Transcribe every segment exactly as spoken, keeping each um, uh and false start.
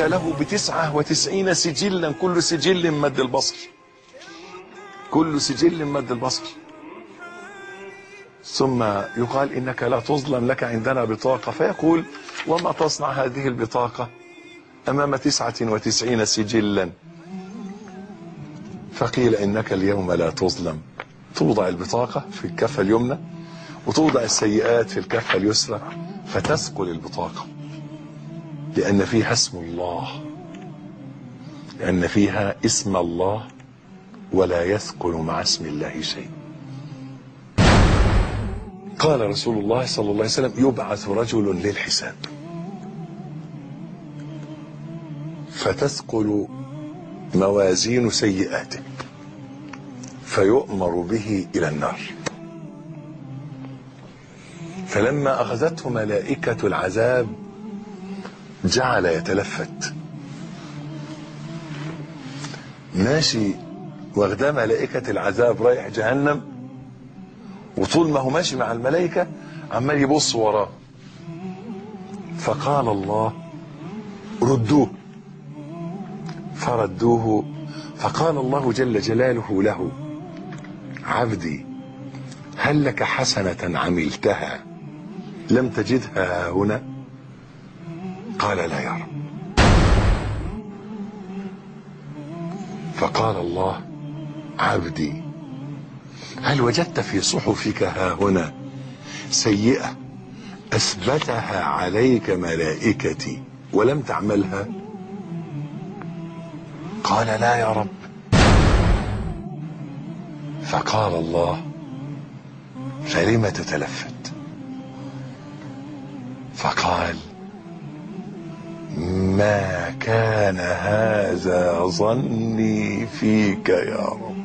يؤتى له بتسعة وتسعين سجلا، كل سجل مد البصر، كل سجل مد البصر. ثم يقال إنك لا تظلم، لك عندنا بطاقة. فيقول وما تصنع هذه البطاقة أمام تسعة وتسعين سجلا؟ فقيل إنك اليوم لا تظلم. توضع البطاقة في الكفة اليمنى وتوضع السيئات في الكفة اليسرى، فتثقل البطاقة لأن فيها اسم الله، لأن فيها اسم الله ولا يثقل مع اسم الله شيء. قال رسول الله صلى الله عليه وسلم يبعث رجل للحساب فتثقل موازين سيئاته فيؤمر به إلى النار. فلما أخذته ملائكة العذاب جعل يتلفت، ماشي واخداه ملائكة العذاب رايح جهنم، وطول ما هو ماشي مع الملائكة عمال يبص وراه. فقال الله ردوه، فردوه. فقال الله جل جلاله له عبدي هل لك حسنة عملتها لم تجدها هنا؟ قال لا يا رب. فقال الله عبدي هل وجدت في صحفك ها هنا سيئة أثبتها عليك ملائكتي ولم تعملها؟ قال لا يا رب. فقال الله فلم تتلفت؟ فقال ما كان هذا ظني فيك يا رب،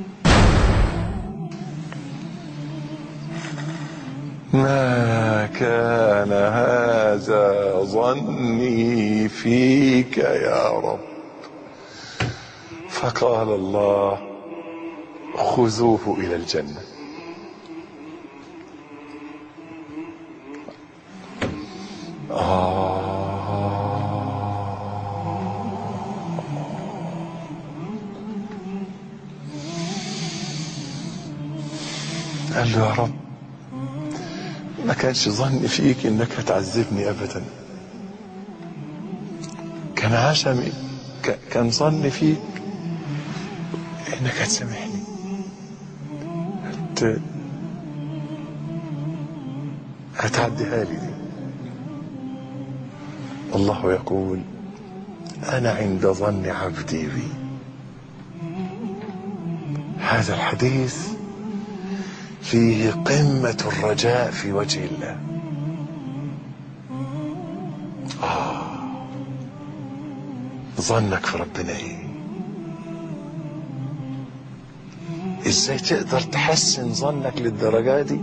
ما كان هذا ظني فيك يا رب. فقال الله خذوه إلى الجنة. آه قال له يا رب ما كانش ظني فيك انك هتعذبني ابدا، كان عشمي كان ظني فيك انك هتسامحني، هت... هتعديها لي دي. الله يقول انا عند ظن عبدي بي. هذا الحديث فيه قمة الرجاء في وجه الله. آه ظنك في ربنا ايه؟ ازاي تقدر تحسن ظنك للدرجة دي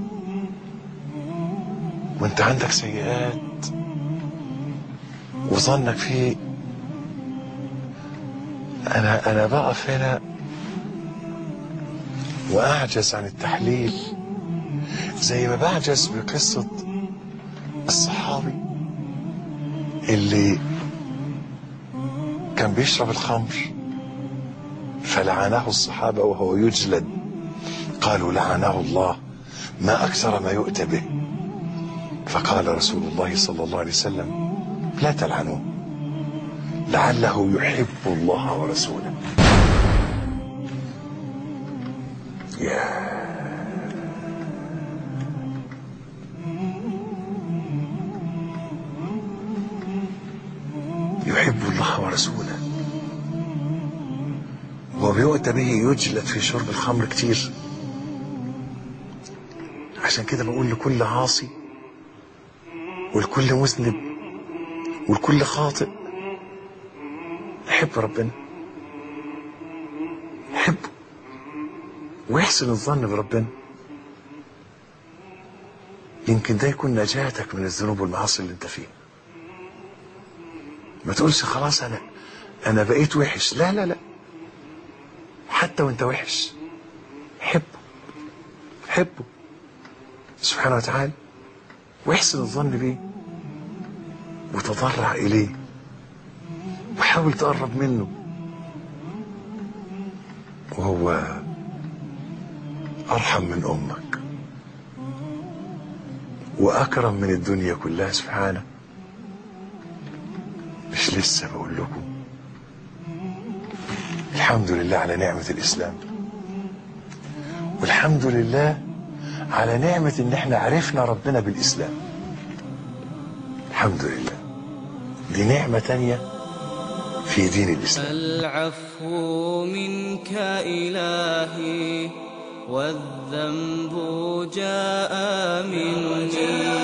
وانت عندك سيئات وظنك فيه؟ انا انا بقف هنا واعجز عن التحليل زي ما بعجز بقصة الصحابي اللي كان بيشرب الخمر فلعنه الصحابة وهو يجلد، قالوا لعنه الله ما أكثر ما يؤتى به. فقال رسول الله صلى الله عليه وسلم لا تلعنوه لعله يحب الله ورسوله. يا يحب الله ورسوله وبيؤتى به يجلد في شرب الخمر كتير. عشان كده بقول لكل عاصي ولكل مذنب ولكل خاطئ حب ربنا، حبه ويحسن الظن بربنا، يمكن ده يكون نجاتك من الذنوب والمعاصي اللي انت فيها. ما تقولش خلاص انا انا بقيت وحش، لا لا لا، حتى وانت وحش حبه، حبه سبحانه وتعالى واحسن الظن بيه وتضرع اليه وحاول تقرب منه، وهو أرحم من أمك وأكرم من الدنيا كلها سبحانه. مش لسه بقول لكم الحمد لله على نعمة الإسلام، والحمد لله على نعمة إن احنا عرفنا ربنا بالإسلام. الحمد لله، دي نعمة تانية في دين الإسلام. العفو منك إلهي والذنب جاء مني،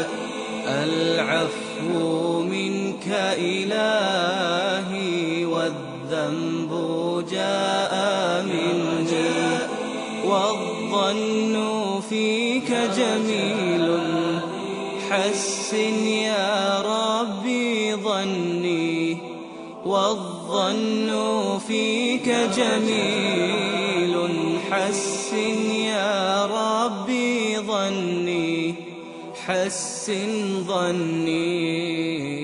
العفو منك إلهي والذنب جاء مني، والظن فيك جميل حسن يا ربي ظني، والظن فيك جميل حسن يا ربي ظني، حسن ظني.